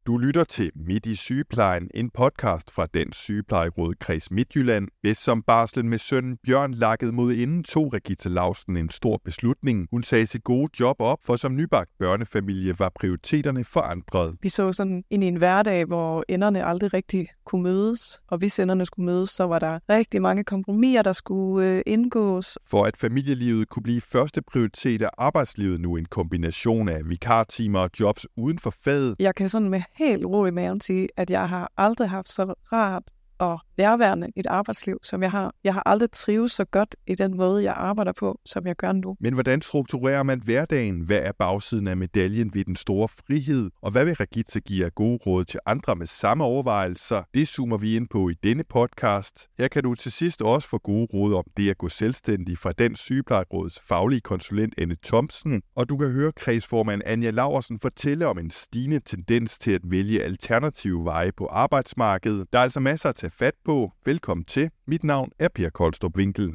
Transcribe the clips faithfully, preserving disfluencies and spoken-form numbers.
Du lytter til Midt i sygeplejen, en podcast fra Dansk Sygeplejeråd Kreds Midtjylland. Hvis som barslen med sønnen Bjørn lakkede mod inden, tog Regitze Lausten en stor beslutning. Hun sagde sit gode job op, for som nybagt børnefamilie var prioriteterne forandret. Vi så sådan ind i en hverdag, hvor enderne aldrig rigtig kunne mødes. Og hvis enderne skulle mødes, så var der rigtig mange kompromiser, der skulle øh, indgås. For at familielivet kunne blive første prioritet af arbejdslivet nu en kombination af vikartimer og jobs uden for faget. Jeg kan sådan med helt ro i maven sige, at jeg har aldrig haft så rart og nærværende et arbejdsliv, som jeg har. Jeg har aldrig trives så godt i den måde, jeg arbejder på, som jeg gør nu. Men hvordan strukturerer man hverdagen? Hvad er bagsiden af medaljen ved den store frihed? Og hvad vil Regitze give af gode råd til andre med samme overvejelser? Det zoomer vi ind på i denne podcast. Her kan du til sidst også få gode råd om det at gå selvstændig fra Dansk Sygeplejeråds faglige konsulent Anne Thomsen. Og du kan høre kredsformand Anja Laursen fortælle om en stigende tendens til at vælge alternative veje på arbejdsmarkedet. Der er altså masser at tage fat på. Velkommen til. Mit navn er Per Koldstrup Winkel.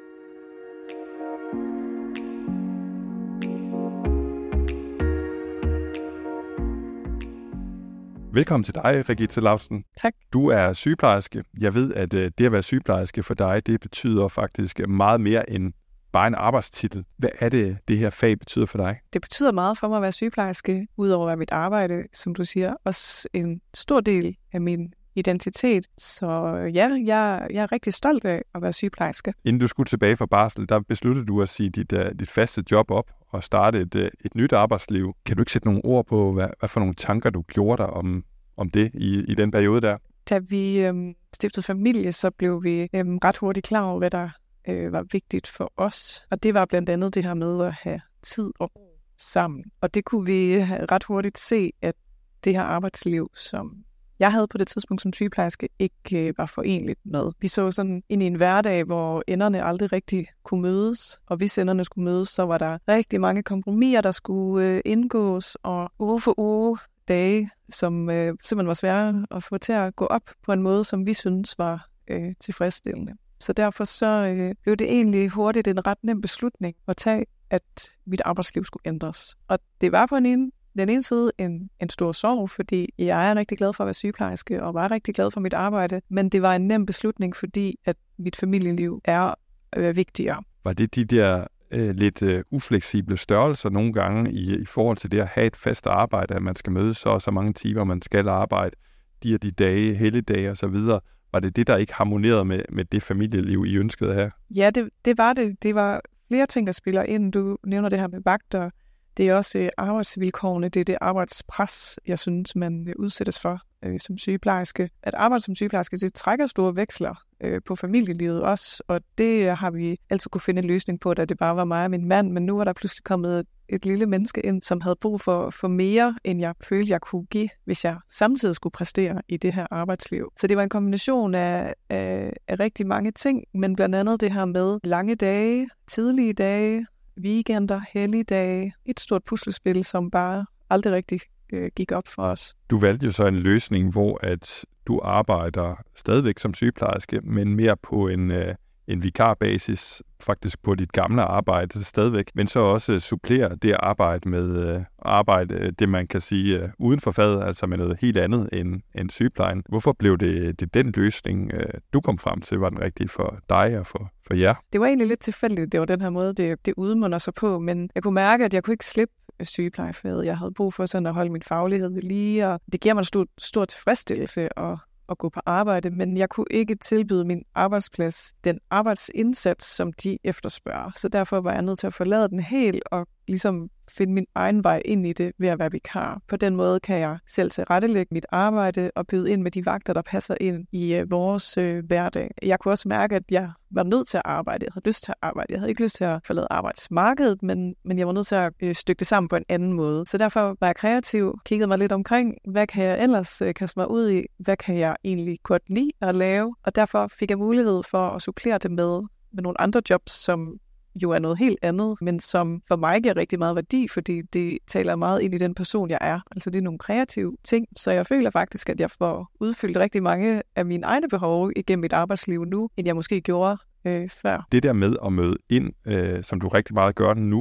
Velkommen til dig, Regitze Lausten. Tak. Du er sygeplejerske. Jeg ved, at det at være sygeplejerske for dig, det betyder faktisk meget mere end bare en arbejdstitel. Hvad er det, det her fag betyder for dig? Det betyder meget for mig at være sygeplejerske, udover at være mit arbejde, som du siger. Også en stor del af min identitet. Så ja, jeg, jeg er rigtig stolt af at være sygeplejerske. Inden du skulle tilbage fra barsel, der besluttede du at sige dit, uh, dit faste job op og starte et, uh, et nyt arbejdsliv. Kan du ikke sætte nogle ord på, hvad, hvad for nogle tanker du gjorde dig om, om det i, i den periode der? Da vi øhm, stiftede familie, så blev vi øhm, ret hurtigt klar over, hvad der øh, var vigtigt for os. Og det var blandt andet det her med at have tid og sammen. Og det kunne vi ret hurtigt se, at det her arbejdsliv, som jeg havde på det tidspunkt som sygeplejerske, ikke øh, var forenligt med. Vi så sådan ind i en hverdag, hvor enderne aldrig rigtig kunne mødes, og hvis enderne skulle mødes, så var der rigtig mange kompromiser, der skulle øh, indgås, og uge for uge dage, som øh, simpelthen var svære at få til at gå op på en måde, som vi synes var øh, tilfredsstillende. Så derfor så øh, blev det egentlig hurtigt en ret nem beslutning at tage, at mit arbejdsliv skulle ændres. Og det var på en ene Den ene side en, en stor sorg, fordi jeg er rigtig glad for at være sygeplejerske og var rigtig glad for mit arbejde, men det var en nem beslutning, fordi at mit familieliv er øh, vigtigere. Var det de der øh, lidt øh, ufleksible størrelser nogle gange i, i forhold til det at have et fast arbejde, at man skal mødes så og så mange timer, man skal arbejde, de og de dage, helligdage og så videre? Var det det, der ikke harmonerede med, med det familieliv, I ønskede her? Ja, det, det var det. Det var flere ting, der spiller ind. Du nævner det her med vagter. Det er også arbejdsvilkårene, det er det arbejdspres, jeg synes, man udsættes for øh, som sygeplejerske. At arbejde som sygeplejerske, det trækker store veksler øh, på familielivet også, og det har vi altid kunne finde en løsning på, da det bare var mig og min mand, men nu var der pludselig kommet et, et lille menneske ind, som havde brug for, for mere, end jeg følte, jeg kunne give, hvis jeg samtidig skulle præstere i det her arbejdsliv. Så det var en kombination af, af, af rigtig mange ting, men blandt andet det her med lange dage, tidlige dage, weekender, helligdage, et stort puslespil, som bare aldrig rigtig øh, gik op for os. Du valgte jo så en løsning, hvor at du arbejder stadigvæk som sygeplejerske, men mere på en, øh, en vikarbasis, faktisk på dit gamle arbejde stadigvæk, men så også supplerer det arbejde med øh, arbejde, det man kan sige øh, uden for faget, altså med noget helt andet end, end sygeplejen. Hvorfor blev det, det den løsning, øh, du kom frem til, var den rigtige for dig og for, for jer? Det var egentlig lidt tilfældigt, det var den her måde, det, det udmunder sig på, men jeg kunne mærke, at jeg kunne ikke slippe sygeplejefaget. Jeg havde brug for sådan at holde min faglighed ved lige, og det giver mig en stor, stor tilfredsstillelse at at gå på arbejde, men jeg kunne ikke tilbyde min arbejdsplads den arbejdsindsats, som de efterspørger. Så derfor var jeg nødt til at forlade den helt og ligesom finde min egen vej ind i det ved at være vikar. På den måde kan jeg selv tilrettelægge mit arbejde og byde ind med de vagter, der passer ind i uh, vores uh, hverdag. Jeg kunne også mærke, at jeg var nødt til at arbejde. Jeg havde lyst til at arbejde. Jeg havde ikke lyst til at forlade arbejdsmarkedet, men, men jeg var nødt til at uh, stykke det sammen på en anden måde. Så derfor var jeg kreativ, kiggede mig lidt omkring, hvad kan jeg ellers uh, kaste mig ud i? Hvad kan jeg egentlig godt lide at lave? Og derfor fik jeg mulighed for at supplere det med, med nogle andre jobs, som jo er noget helt andet, men som for mig giver rigtig meget værdi, fordi det taler meget ind i den person, jeg er. Altså det er nogle kreative ting, så jeg føler faktisk, at jeg får udfyldt rigtig mange af mine egne behov igennem mit arbejdsliv nu, end jeg måske gjorde øh, før. Det der med at møde ind, øh, som du rigtig meget gør nu,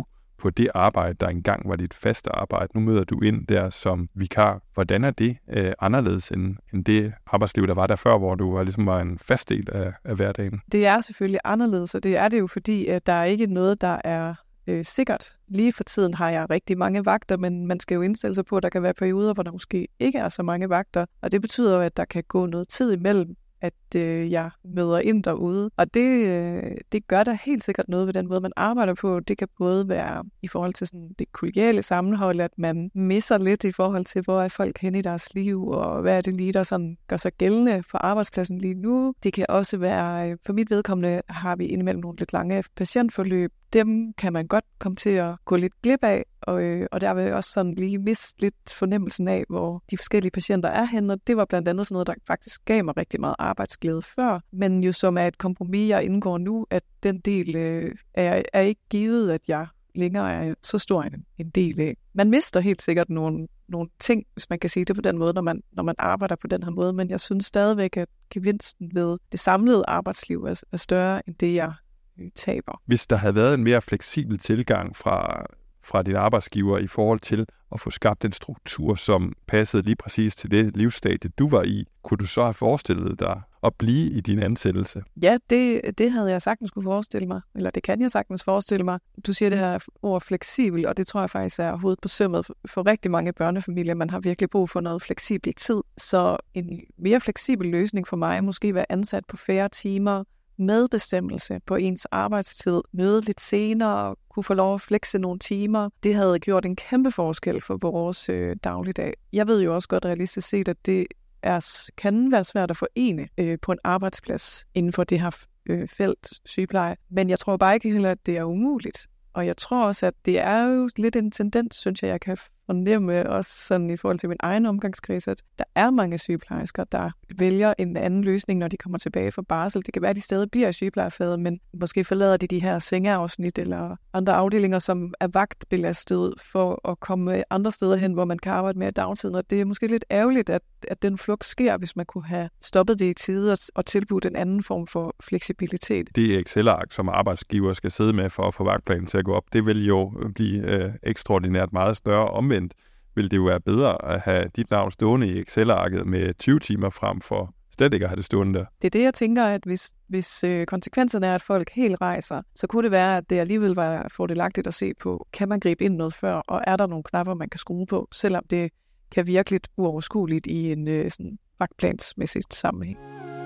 på det arbejde, der engang var dit faste arbejde. Nu møder du ind der som vikar. Hvordan er det øh, anderledes end, end det arbejdsliv, der var der før, hvor du var, ligesom var en fast del af, af hverdagen? Det er selvfølgelig anderledes, og det er det jo, fordi at der er ikke noget, der er øh, sikkert. Lige for tiden har jeg rigtig mange vagter, men man skal jo indstille sig på, at der kan være perioder, hvor der måske ikke er så mange vagter, og det betyder jo, at der kan gå noget tid imellem, at øh, jeg møder ind derude. Og det, øh, det gør da helt sikkert noget ved den måde, man arbejder på. Det kan både være i forhold til sådan det kollegiale sammenhold, at man misser lidt i forhold til, hvor er folk henne i deres liv, og hvad er det lige, der sådan gør sig gældende for arbejdspladsen lige nu. Det kan også være, for mit vedkommende har vi indimellem nogle lidt lange patientforløb. Dem kan man godt komme til at gå lidt glip af, og, øh, og der vil jeg også sådan lige miste lidt fornemmelsen af, hvor de forskellige patienter er henne, og det var blandt andet sådan noget, der faktisk gav mig rigtig meget arbejdsglæde før, men jo som er et kompromis, jeg indgår nu, at den del øh, er, er ikke givet, at jeg længere er så stor en, en del af. Man mister helt sikkert nogle, nogle ting, hvis man kan sige det på den måde, når man, når man arbejder på den her måde, men jeg synes stadigvæk, at gevinsten ved det samlede arbejdsliv er, er større end det, jeg taber. Hvis der havde været en mere fleksibel tilgang fra, fra din arbejdsgiver i forhold til at få skabt en struktur, som passede lige præcis til det livsstadie, du var i, kunne du så have forestillet dig at blive i din ansættelse? Ja, det, det havde jeg sagtens kunne forestille mig, eller det kan jeg sagtens forestille mig. Du siger det her ord fleksibel, og det tror jeg faktisk er hovedet på sømmet for, for rigtig mange børnefamilier. Man har virkelig brug for noget fleksibel tid, så en mere fleksibel løsning for mig måske være ansat på færre timer, medbestemmelse på ens arbejdstid, møde lidt senere, kunne få lov at flekse nogle timer. Det havde gjort en kæmpe forskel for vores øh, dagligdag. Jeg ved jo også godt realistisk set, at det er, kan være svært at forene øh, på en arbejdsplads inden for det her øh, felt sygepleje. Men jeg tror bare ikke heller, at det er umuligt. Og jeg tror også, at det er jo lidt en tendens, synes jeg, jeg kan fornemme også sådan i forhold til min egen omgangskreds, at der er mange sygeplejersker, der vælger en anden løsning, når de kommer tilbage fra barsel. Det kan være, at de stadig bliver i sygeplejefaget, men måske forlader de de her sengeafsnit eller andre afdelinger, som er vagtbelastet for at komme andre steder hen, hvor man kan arbejde mere i dagtiden. Og det er måske lidt ærgerligt, at, at den flugt sker, hvis man kunne have stoppet det i tide og, og tilbudt en anden form for fleksibilitet. Det Excel-ark, som arbejdsgiver skal sidde med for at få vagtplanen til at gå op, det vil jo blive øh, ekstraordinært meget større. Omvendt vil det jo være bedre at have dit navn stående i Excel-arket med tyve timer frem for slet ikke at have det stående der. Det er det, jeg tænker, at hvis, hvis øh, konsekvenserne er, at folk helt rejser, så kunne det være, at det alligevel var fordelagtigt at se på, kan man gribe ind noget før, og er der nogle knapper, man kan skrue på, selvom det kan virke lidt uoverskueligt i en øh, sådan vagtplansmæssigt sammenhæng.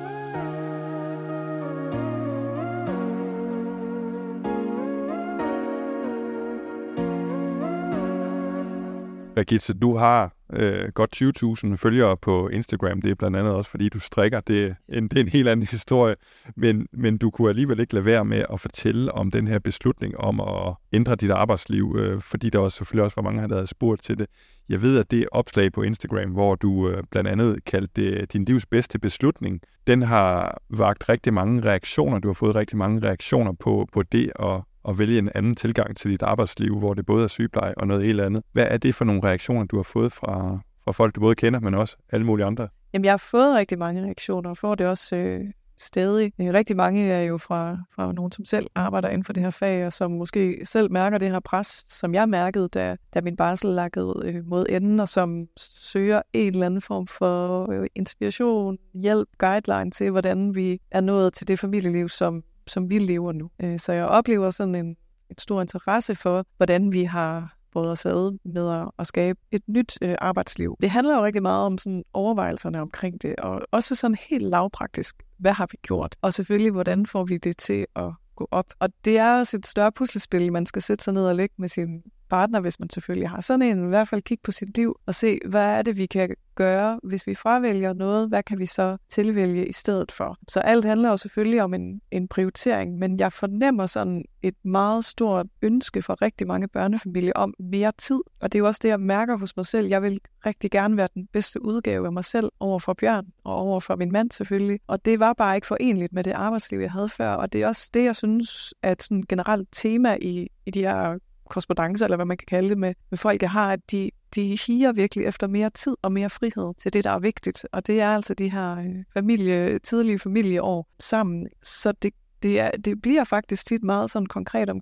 Regitze, du har øh, godt tyve tusind følgere på Instagram. Det er blandt andet også, fordi du strikker. Det er en, det er en helt anden historie. Men, men du kunne alligevel ikke lade være med at fortælle om den her beslutning om at ændre dit arbejdsliv, øh, fordi der også selvfølgelig også var mange, der havde spurgt til det. Jeg ved, at det opslag på Instagram, hvor du øh, blandt andet kaldte det din livs bedste beslutning, den har vakt rigtig mange reaktioner. Du har fået rigtig mange reaktioner på, på det og og vælge en anden tilgang til dit arbejdsliv, hvor det både er sygepleje og noget helt andet. Hvad er det for nogle reaktioner, du har fået fra, fra folk, du både kender, men også alle mulige andre? Jamen, jeg har fået rigtig mange reaktioner, og får det også øh, stadig. Rigtig mange er jo fra, fra nogen, som selv arbejder inden for det her fag, og som måske selv mærker det her pres, som jeg mærkede, da, da min barsel lakkede øh, mod enden, og som søger en eller anden form for øh, inspiration, hjælp, guideline til, hvordan vi er nået til det familieliv, som som vi lever nu. Så jeg oplever sådan en, en stor interesse for, hvordan vi har båret os ad med at, at skabe et nyt øh, arbejdsliv. Det handler jo rigtig meget om sådan overvejelserne omkring det, og også sådan helt lavpraktisk, hvad har vi gjort? Og selvfølgelig, hvordan får vi det til at gå op? Og det er også et større puslespil, man skal sætte sig ned og lægge med sin partner, hvis man selvfølgelig har sådan en, i hvert fald kigge på sit liv og se, hvad er det, vi kan gøre, hvis vi fravælger noget, hvad kan vi så tilvælge i stedet for. Så alt handler jo selvfølgelig om en, en prioritering, men jeg fornemmer sådan et meget stort ønske for rigtig mange børnefamilier om mere tid, og det er jo også det, jeg mærker hos mig selv. Jeg vil rigtig gerne være den bedste udgave af mig selv over for Bjørn og over for min mand selvfølgelig, og det var bare ikke forenligt med det arbejdsliv, jeg havde før, og det er også det, jeg synes er et sådan generelt tema i, i de her korrespondancer, eller hvad man kan kalde det, med, med folk, jeg har, at de, de higer virkelig efter mere tid og mere frihed til det, der er vigtigt. Og det er altså de her familie, tidlige familieår sammen. Så det, det, er, det bliver faktisk tit meget sådan konkret omkring,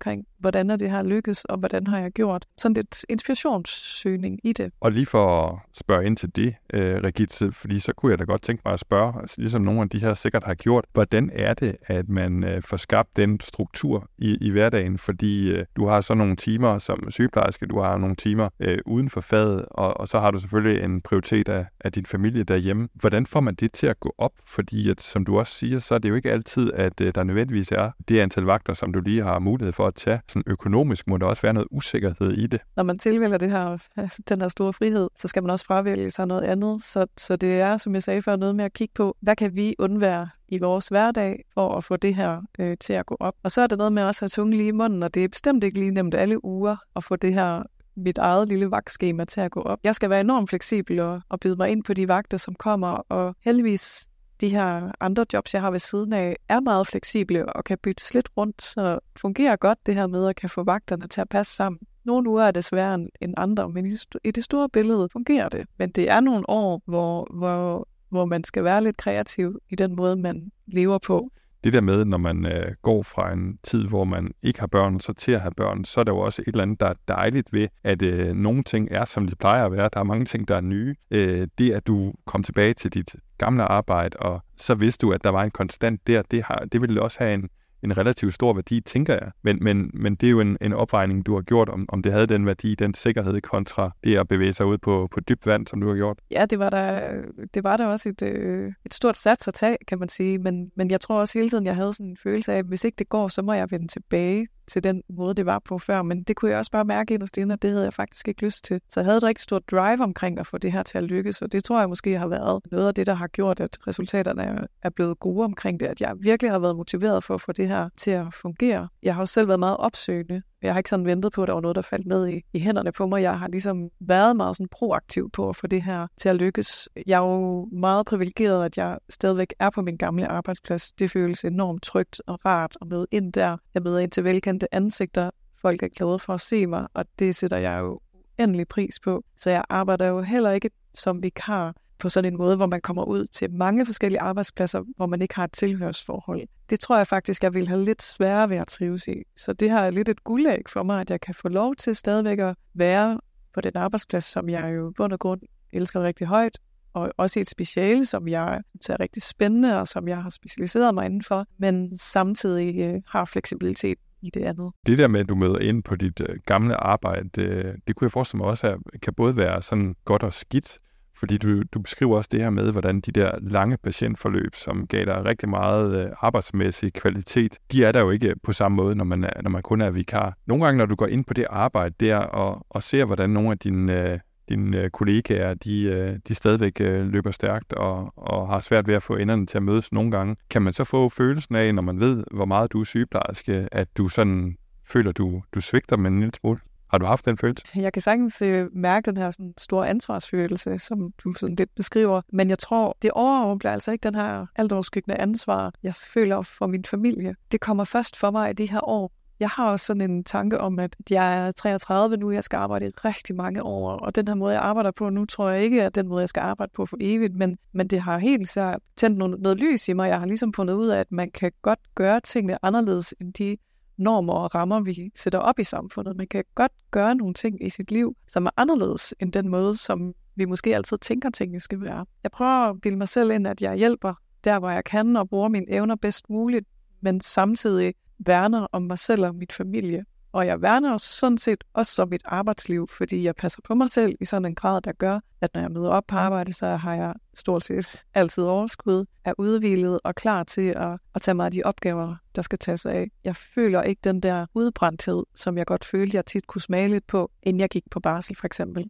hvordan er det her lykkes, og hvordan har jeg gjort. Sådan lidt inspirationssøgning i det. Og lige for at spørge ind til det, øh, Regitze, fordi så kunne jeg da godt tænke mig at spørge, altså, ligesom nogle af de her sikkert har gjort, hvordan er det, at man øh, får skabt den struktur i, i hverdagen? Fordi øh, du har så nogle timer som sygeplejerske, du har nogle timer øh, uden for faget, og, og så har du selvfølgelig en prioritet af, af din familie derhjemme. Hvordan får man det til at gå op? Fordi at, som du også siger, så er det jo ikke altid, at øh, der nødvendigvis er det antal vagter, som du lige har mulighed for at tage. Sådan økonomisk må der også være noget usikkerhed i det. Når man tilvælger det her, den her store frihed, så skal man også fravælge sig noget andet. Så, så det er, som jeg sagde før, noget med at kigge på, hvad kan vi undvære i vores hverdag for at få det her øh, til at gå op. Og så er det noget med også at have tungen lige i munden, og det er bestemt ikke lige nemt alle uger at få det her mit eget lille vagtskema til at gå op. Jeg skal være enormt fleksibel og, og byde mig ind på de vagter, som kommer, og heldigvis de her andre jobs, jeg har ved siden af, er meget fleksible og kan byttes lidt rundt, så fungerer godt det her med at kan få vagterne til at passe sammen. Nogle uger er det sværere end andre, men i det store billede fungerer det. Men det er nogle år, hvor, hvor, hvor man skal være lidt kreativ i den måde, man lever på. Det der med, når man øh, går fra en tid, hvor man ikke har børn, så til at have børn, så er der jo også et eller andet, der er dejligt ved, at øh, nogle ting er, som de plejer at være. Der er mange ting, der er nye. Øh, det, at du kom tilbage til dit gamle arbejde, og så vidste du, at der var en konstant der, det, har, det ville også have en, en relativt stor værdi, tænker jeg. Men, men, men det er jo en, en opvejning, du har gjort, om, om det havde den værdi, den sikkerhed kontra det at bevæge sig ud på, på dybt vand, som du har gjort. Ja, det var der, det var der også et, øh, et stort sats at tage, kan man sige. Men, men jeg tror også hele tiden, jeg havde sådan en følelse af, at hvis ikke det går, så må jeg vende tilbage til den måde, det var på før. Men det kunne jeg også bare mærke inderst inde, at det havde jeg faktisk ikke lyst til. Så jeg havde et rigtig stort drive omkring at få det her til at lykkes, og det tror jeg måske har været noget af det, der har gjort, at resultaterne er blevet gode omkring det, at jeg virkelig har været motiveret for at få det her til at fungere. Jeg har også selv været meget opsøgende. Jeg har ikke sådan ventet på, at der var noget, der faldt ned i, i hænderne på mig. Jeg har ligesom været meget sådan proaktiv på at få det her til at lykkes. Jeg er jo meget privilegeret, at jeg stadigvæk er på min gamle arbejdsplads. Det føles enormt trygt og rart at møde ind der. Jeg møder ind til velkendte ansigter. Folk er glade for at se mig, og det sætter jeg jo endelig pris på. Så jeg arbejder jo heller ikke som vikar på sådan en måde, hvor man kommer ud til mange forskellige arbejdspladser, hvor man ikke har et tilhørsforhold. Det tror jeg faktisk, jeg vil have lidt sværere ved at trives i. Så det her er lidt et guldæg for mig, at jeg kan få lov til stadigvæk at være på den arbejdsplads, som jeg jo i bund og grund elsker rigtig højt, og også i et speciale, som jeg synes er rigtig spændende, og som jeg har specialiseret mig indenfor, men samtidig øh, har fleksibilitet i det andet. Det der med, at du møder ind på dit øh, gamle arbejde, det, det kunne jeg forestille mig også, at kan både være sådan godt og skidt, fordi du, du beskriver også det her med, hvordan de der lange patientforløb, som gav dig rigtig meget øh, arbejdsmæssig kvalitet, de er der jo ikke på samme måde, når man, er, når man kun er vikar. Nogle gange, når du går ind på det arbejde der, og, og ser, hvordan nogle af dine, øh, dine øh, kollegaer, de, øh, de stadigvæk øh, løber stærkt, og, og har svært ved at få enderne til at mødes nogle gange, kan man så få følelsen af, når man ved, hvor meget du er sygeplejerske, at du sådan føler, du, du svigter med en lille smule? Har du haft den følelse? Jeg kan sagtens øh, mærke den her sådan, store ansvarsfølelse, som du sådan lidt beskriver. Men jeg tror, det overordner altså ikke den her altoverskyggende ansvar, jeg føler for min familie. Det kommer først for mig i de her år. Jeg har også sådan en tanke om, at jeg er treogtredive nu, jeg skal arbejde i rigtig mange år, og den her måde, jeg arbejder på nu, tror jeg ikke, at den måde, jeg skal arbejde på for evigt, men, men det har helt sikkert tændt noget, noget lys i mig. Jeg har ligesom fundet ud af, at man kan godt gøre tingene anderledes end de normer og rammer, vi sætter op i samfundet. Man kan godt gøre nogle ting i sit liv, som er anderledes end den måde, som vi måske altid tænker, tingene skal være. Jeg prøver at bilde mig selv ind, at jeg hjælper der, hvor jeg kan, og bruger mine evner bedst muligt, men samtidig værner om mig selv og mit familie. Og jeg værner også sådan set også om mit arbejdsliv, fordi jeg passer på mig selv i sådan en grad, der gør, at når jeg møder op på arbejde, så har jeg stort set altid overskud, er udhvilet og klar til at, at tage mig af de opgaver, der skal tages af. Jeg føler ikke den der udbrændthed, som jeg godt følte, jeg tit kunne smage lidt på, inden jeg gik på barsel for eksempel.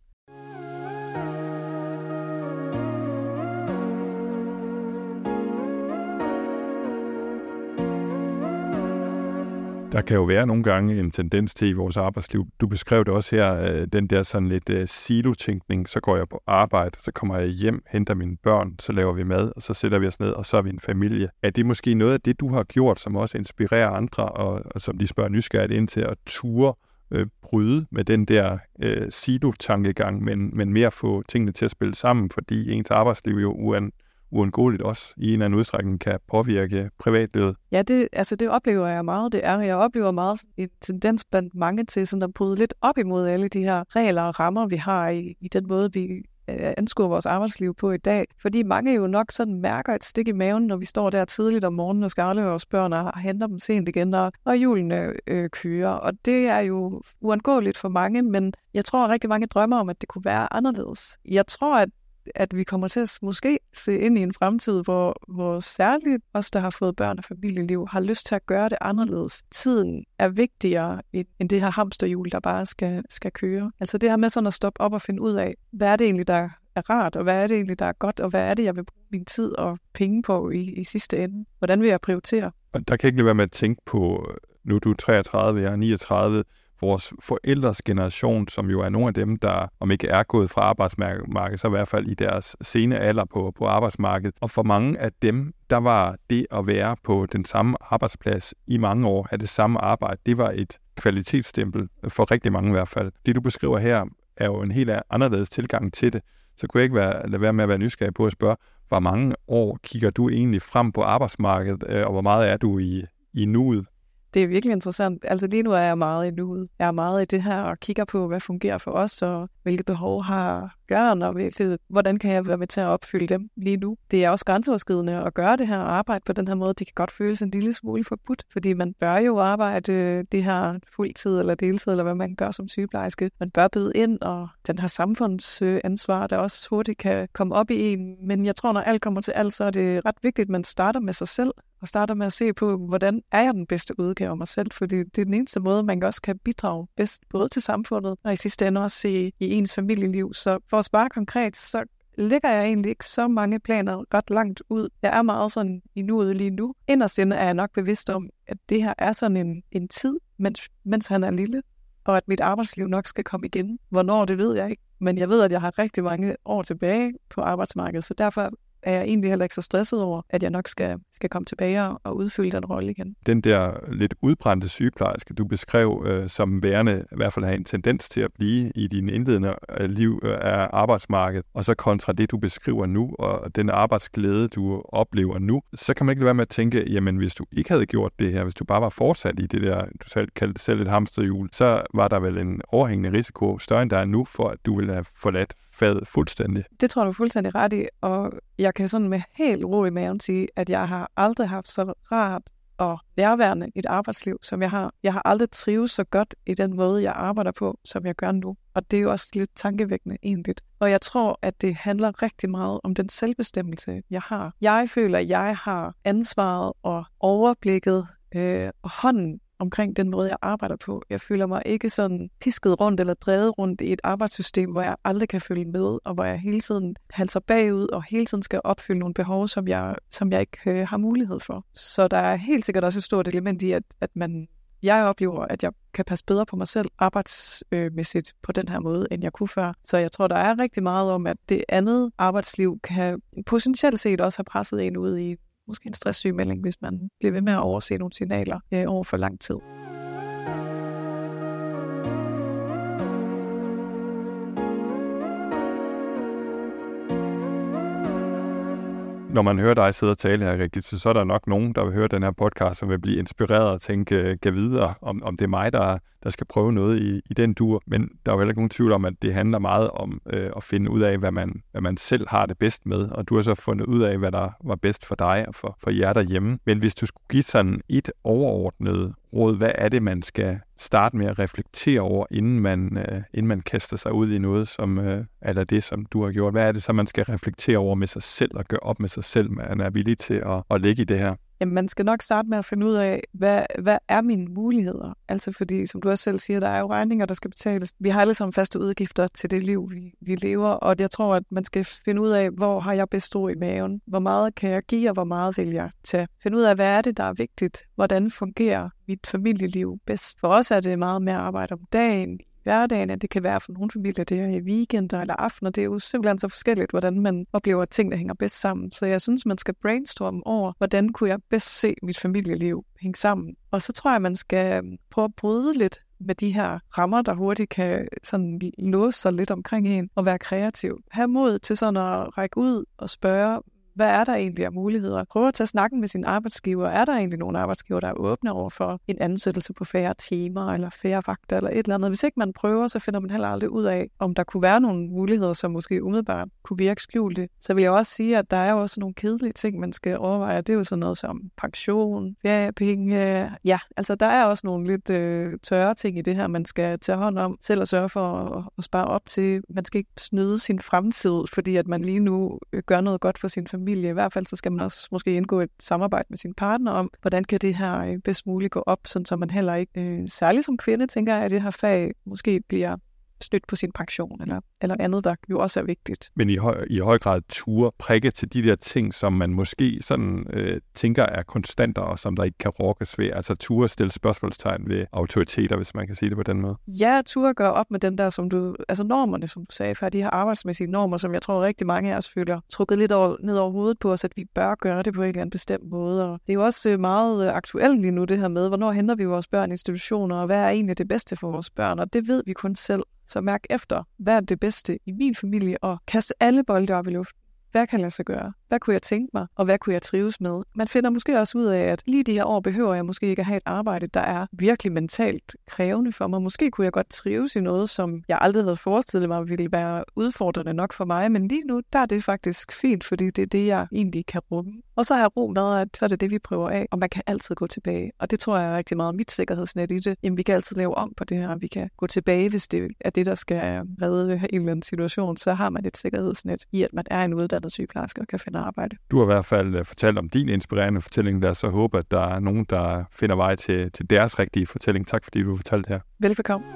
Der kan jo være nogle gange en tendens til i vores arbejdsliv. Du beskrev det også her, den der sådan lidt silo-tænkning. Så går jeg på arbejde, så kommer jeg hjem, henter mine børn, så laver vi mad, og så sætter vi os ned, og så er vi en familie. Er det måske noget af det, du har gjort, som også inspirerer andre, og, og som de spørger nysgerrigt ind til at ture øh, bryde med den der øh, silo-tankegang, men, men mere få tingene til at spille sammen, fordi ens arbejdsliv jo uan, uundgåeligt også i en eller anden udstrækning kan påvirke privatlivet. Ja, det, altså det oplever jeg meget. Det er, jeg oplever meget en tendens blandt mange til sådan at bryde lidt op imod alle de her regler og rammer, vi har i, i den måde, vi anskuer vores arbejdsliv på i dag. Fordi mange jo nok sådan mærker et stik i maven, når vi står der tidligt om morgenen og skal aflevere vores børn og henter dem sent igen, og, og julene øh, kører. Og det er jo uundgåeligt for mange, men jeg tror, at rigtig mange drømmer om, at det kunne være anderledes. Jeg tror, at at vi kommer til at måske se ind i en fremtid, hvor, hvor særligt os, der har fået børn og familieliv, har lyst til at gøre det anderledes. Tiden er vigtigere end det her hamsterhjul, der bare skal, skal køre. Altså det her med sådan at stoppe op og finde ud af, hvad er det egentlig, der er rart, og hvad er det egentlig, der er godt, og hvad er det, jeg vil bruge min tid og penge på i, i sidste ende? Hvordan vil jeg prioritere? Og der kan ikke lade være med at tænke på, nu er du treogtredive, jeg er niogtredive, vores forældres generation, som jo er nogle af dem, der om ikke er gået fra arbejdsmarkedet, så i hvert fald i deres sene alder på, på arbejdsmarkedet. Og for mange af dem, der var det at være på den samme arbejdsplads i mange år, have det samme arbejde, det var et kvalitetsstempel for rigtig mange i hvert fald. Det du beskriver her, er jo en helt anderledes tilgang til det. Så kunne jeg ikke være, lade være med at være nysgerrig på at spørge, hvor mange år kigger du egentlig frem på arbejdsmarkedet, og hvor meget er du i, i nuet? Det er virkelig interessant. Altså lige nu er jeg meget i nuet. Jeg er meget i det her og kigger på, hvad fungerer for os, og hvilke behov har børn, og hvilke, hvordan kan jeg være med til at opfylde dem lige nu. Det er også grænseoverskridende at gøre det her og arbejde på den her måde. Det kan godt føles en lille smule forbudt, fordi man bør jo arbejde det her fuldtid eller deltid, eller hvad man gør som sygeplejerske. Man bør byde ind, og den her samfundsansvar, der også hurtigt kan komme op i en. Men jeg tror, når alt kommer til alt, så er det ret vigtigt, at man starter med sig selv, og starter med at se på, hvordan er jeg den bedste udgave af mig selv, fordi det er den eneste måde, man også kan bidrage bedst, både til samfundet, og i sidste ende også i, i ens familieliv. Så for at svare konkret, så ligger jeg egentlig ikke så mange planer ret langt ud. Jeg er meget sådan i nuet lige nu. Inderst inde er jeg nok bevidst om, at det her er sådan en, en tid, mens, mens han er lille, og at mit arbejdsliv nok skal komme igen. Hvornår, det ved jeg ikke. Men jeg ved, at jeg har rigtig mange år tilbage på arbejdsmarkedet, så derfor er jeg egentlig heller ikke så stresset over, at jeg nok skal, skal komme tilbage og udfylde den rolle igen. Den der lidt udbrændte sygeplejerske, du beskrev øh, som værende, i hvert fald have en tendens til at blive i din indledende liv øh, af arbejdsmarkedet, og så kontra det, du beskriver nu, og den arbejdsglæde, du oplever nu, så kan man ikke lade være med at tænke, jamen hvis du ikke havde gjort det her, hvis du bare var fortsat i det der, du selv kaldte det selv et hamsterhjul, så var der vel en overhængende risiko, større end der er nu, for at du ville have forladt faget fuldstændig. Det tror jeg, du er fuldstændig ret i, og jeg kan sådan med helt ro i maven sige, at jeg har aldrig haft så rart og nærværende et arbejdsliv, som jeg har. Jeg har aldrig trives så godt i den måde, jeg arbejder på, som jeg gør nu. Og det er jo også lidt tankevækkende egentlig. Og jeg tror, at det handler rigtig meget om den selvbestemmelse, jeg har. Jeg føler, at jeg har ansvaret og overblikket øh, og hånden omkring den måde, jeg arbejder på. Jeg føler mig ikke sådan pisket rundt eller drevet rundt i et arbejdssystem, hvor jeg aldrig kan følge med, og hvor jeg hele tiden halser bagud, og hele tiden skal opfylde nogle behov, som jeg, som jeg ikke øh, har mulighed for. Så der er helt sikkert også et stort element i, at, at man, jeg oplever, at jeg kan passe bedre på mig selv arbejdsmæssigt på den her måde, end jeg kunne før. Så jeg tror, der er rigtig meget om, at det andet arbejdsliv kan potentielt set også have presset en ud i måske en stresssygemelding, hvis man bliver ved med at overse nogle signaler øh, over for lang tid. Når man hører dig sidde og tale her, Regitze, så er der nok nogen, der vil høre den her podcast, og vil blive inspireret og tænke, kan videre, om, om det er mig, der, der skal prøve noget i, i den dur. Men der er jo heller ikke nogen tvivl om, at det handler meget om øh, at finde ud af, hvad man, hvad man selv har det bedst med. Og du har så fundet ud af, hvad der var bedst for dig og for, for jer derhjemme. Men hvis du skulle give sådan et overordnet råd, hvad er det, man skal starte med at reflektere over, inden man, øh, inden man kaster sig ud i noget, som øh, eller det, som du har gjort? Hvad er det så, man skal reflektere over med sig selv og gøre op med sig selv, man er villig til at, at ligge i det her? Jamen, man skal nok starte med at finde ud af, hvad, hvad er mine muligheder? Altså fordi, som du også selv siger, der er jo regninger, der skal betales. Vi har alle sammen faste udgifter til det liv, vi, vi lever, og jeg tror, at man skal finde ud af, hvor har jeg bedst ro i maven? Hvor meget kan jeg give, og hvor meget vil jeg tage? Finde ud af, hvad er det, der er vigtigt? Hvordan fungerer mit familieliv bedst? For os er det meget mere arbejde om dagen, hverdagen, at det kan være for nogle familier, det er i weekender eller aftener. Det er jo simpelthen så forskelligt, hvordan man oplever, at tingene hænger bedst sammen. Så jeg synes, man skal brainstorme over, hvordan kunne jeg bedst se mit familieliv hænge sammen. Og så tror jeg, man skal prøve at bryde lidt med de her rammer, der hurtigt kan sådan låse sig lidt omkring en og være kreativ. Ha' mod til sådan at række ud og spørge, Hvad er der egentlig af muligheder? Prøv at tage snakken med sin arbejdsgiver. Er der egentlig nogle arbejdsgiver, der er åbne over for en ansættelse på færre timer eller færre vagter eller et eller andet? Hvis ikke man prøver, så finder man heller aldrig ud af, om der kunne være nogle muligheder, som måske umiddelbart kunne virke skjulte. Så vil jeg også sige, at der er jo også nogle kedelige ting, man skal overveje. Det er jo sådan noget som pension, feriepenge. Ja, altså der er også nogle lidt øh, tørre ting i det her, man skal tage hånd om. Selv at sørge for at, at spare op til. Man skal ikke snyde sin fremtid, fordi at man lige nu gør noget godt for sin familie. I hvert fald så skal man også måske indgå et samarbejde med sin partner om, hvordan kan det her bedst muligt gå op, sådan så man heller ikke, øh, særligt som kvinde, tænker jeg, at det her fag måske bliver snydt på sin pension eller, eller andet, der jo også er vigtigt. Men i høj, i høj grad ture prikke til de der ting, som man måske sådan øh, tænker er konstanter, og som der ikke kan rokkes ved. Altså ture stille spørgsmålstegn ved autoriteter, hvis man kan sige det på den måde. Ja, ture gør op med den der, som du, altså normerne, som du sagde før, de her arbejdsmæssige normer, som jeg tror rigtig mange af os føler trukket lidt over, ned over hovedet på os, at vi bør gøre det på en eller anden bestemt måde. Og det er jo også meget aktuelt lige nu, det her med, hvornår henter vi vores børn i institutioner, og hvad er egentlig det bedste for vores børn, og det ved vi kun selv. Så mærk efter, hvad er det bedste i min familie, og kaste alle bolde op i luften. Hvad kan jeg så gøre? Hvad kunne jeg tænke mig, og hvad kunne jeg trives med? Man finder måske også ud af, at lige de her år behøver jeg måske ikke at have et arbejde, der er virkelig mentalt krævende for mig. Måske kunne jeg godt trives i noget, som jeg aldrig havde forestillet mig ville være udfordrende nok for mig, men lige nu, der er det faktisk fint, fordi det er det, jeg egentlig kan rumme. Og så har jeg ro med, at så er det det, vi prøver af, og man kan altid gå tilbage. Og det tror jeg er rigtig meget mit sikkerhedsnet i det. Jamen, vi kan altid lave om på det her, vi kan gå tilbage, hvis det er det, der skal redde en eller anden situation, så har man et sikkerhedsnet i, at man er en uddannet sygeplejerske og kan finde arbejde. Du har i hvert fald fortalt om din inspirerende fortælling der, så håber, at der er nogen, der finder vej til, til deres rigtige fortælling. Tak fordi du fortalte her. Velbekomme.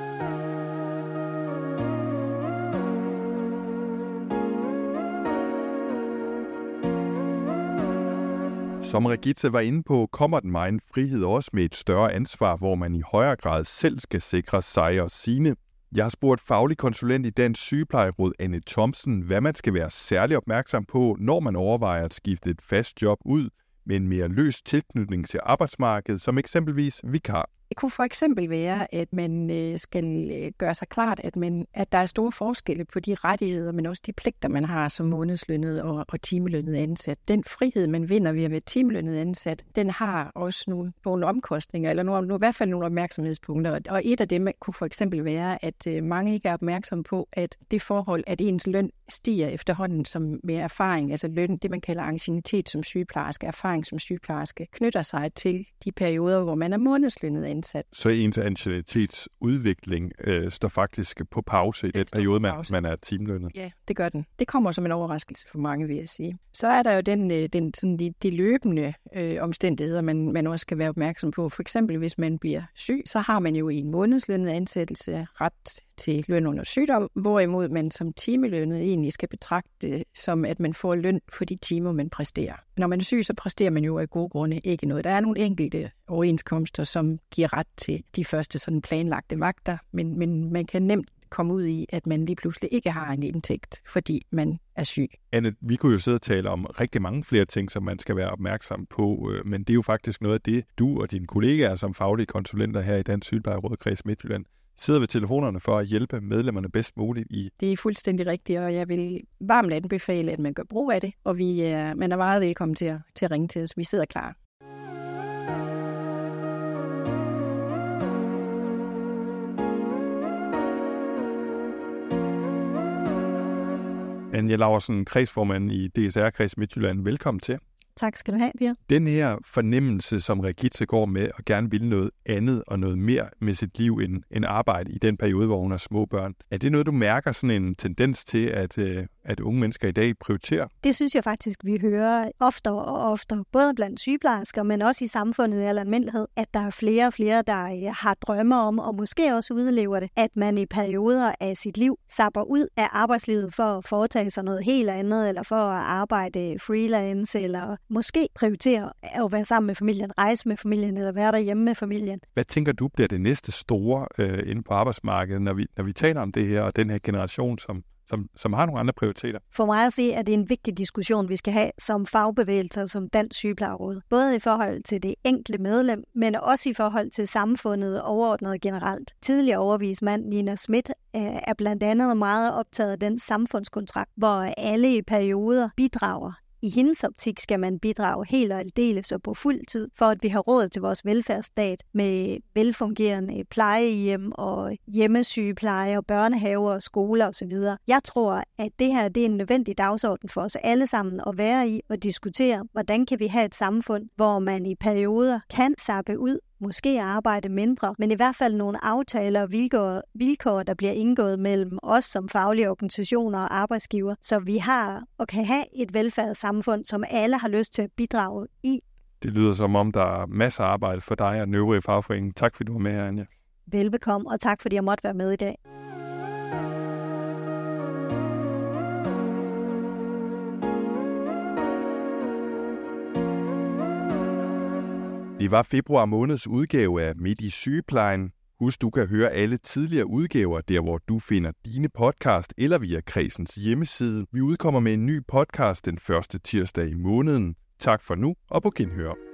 Som Regitze var inde på, kommer den megen frihed også med et større ansvar, hvor man i højere grad selv skal sikre sig og sine. Jeg har spurgt faglig konsulent i Dansk Sygeplejeråd, Anne Thomsen, hvad man skal være særlig opmærksom på, når man overvejer at skifte et fast job ud med en mere løs tilknytning til arbejdsmarkedet, som eksempelvis vikar. Det kunne for eksempel være, at man skal gøre sig klart, at, man, at der er store forskelle på de rettigheder, men også de pligter, man har som månedslønnet og, og timelønnet ansat. Den frihed, man vinder ved at være timelønnet ansat, den har også nogle, nogle omkostninger, eller nogle, nogle, i hvert fald nogle opmærksomhedspunkter. Og et af dem kunne for eksempel være, at mange ikke er opmærksomme på, at det forhold, at ens løn stiger efterhånden som med erfaring, altså løn, det man kalder anciennitet som sygeplejerske, erfaring som sygeplejerske, knytter sig til de perioder, hvor man er månedslønnet ansat. Så ens anciennitetsudvikling øh, står faktisk på pause i den periode, man, man er timelønnet? Ja, det gør den. Det kommer som en overraskelse for mange, vil jeg sige. Så er der jo den, den, sådan de, de løbende øh, omstændigheder, man, man også skal være opmærksom på. For eksempel, hvis man bliver syg, så har man jo i en månedslønnet ansættelse ret til løn under sygdom, hvorimod man som timelønnet egentlig skal betragte det som, at man får løn for de timer, man præsterer. Når man er syg, så præsterer man jo af gode grunde ikke noget. Der er nogle enkelte overenskomster, som giver ret til de første sådan planlagte vagter, men, men man kan nemt komme ud i, at man lige pludselig ikke har en indtægt, fordi man er syg. Anne, vi kunne jo sidde og tale om rigtig mange flere ting, som man skal være opmærksom på, men det er jo faktisk noget af det, du og dine kollegaer som faglige konsulenter her i Dansk Sygeplejeråd Kreds Midtjylland sidder ved telefonerne for at hjælpe medlemmerne bedst muligt i. Det er fuldstændig rigtigt, og jeg vil varmt anbefale, at man gør brug af det, og vi er, man er meget velkommen til at, til at ringe til os. Vi sidder klar. Anja Laursen, kredsformand i D S R Kreds Midtjylland. Velkommen til. Tak skal du have, Pia. Den her fornemmelse, som Regitze går med og gerne vil noget andet og noget mere med sit liv end, end arbejde i den periode, hvor hun har små børn. Er det noget, du mærker sådan en tendens til, at, at unge mennesker i dag prioriterer? Det synes jeg faktisk, vi hører oftere og oftere, både blandt sygeplejersker, men også i samfundet i al almindelighed, at der er flere og flere, der har drømmer om, og måske også udlever det, at man i perioder af sit liv sapper ud af arbejdslivet for at foretage sig noget helt andet, eller for at arbejde freelance, eller måske prioritere at være sammen med familien, rejse med familien, eller være derhjemme med familien. Hvad tænker du bliver det næste store øh, inde på arbejdsmarkedet, når vi, når vi taler om det her, og den her generation, som Som, som har nogle andre prioriteter? For mig at se, at det er en vigtig diskussion, vi skal have som fagbevægelser, som Dansk Sygeplejeråd. Både i forhold til det enkelte medlem, men også i forhold til samfundet overordnet generelt. Tidligere overvismand Nina Schmidt er blandt andet meget optaget af den samfundskontrakt, hvor alle i perioder bidrager i hendes optik skal man bidrage helt og aldeles og på fuld tid, for at vi har råd til vores velfærdsstat med velfungerende plejehjem og hjemmesygepleje og børnehaver og skoler osv. Jeg tror, at det her det er en nødvendig dagsorden for os alle sammen at være i og diskutere, hvordan kan vi have et samfund, hvor man i perioder kan zappe ud, måske arbejde mindre, men i hvert fald nogle aftaler og vilkår, vilkår, der bliver indgået mellem os som faglige organisationer og arbejdsgiver, så vi har og kan have et velfærdssamfund, som alle har lyst til at bidrage i. Det lyder som om, der er masser af arbejde for dig og den øvrige fagforening. Tak fordi du var med her, Anja. Velbekomme, og tak fordi jeg måtte være med i dag. Det var februar måneds udgave af Midt i sygeplejen. Husk, du kan høre alle tidligere udgaver, der hvor du finder dine podcast eller via Kredsens hjemmeside. Vi udkommer med en ny podcast den første tirsdag i måneden. Tak for nu, og på genhør.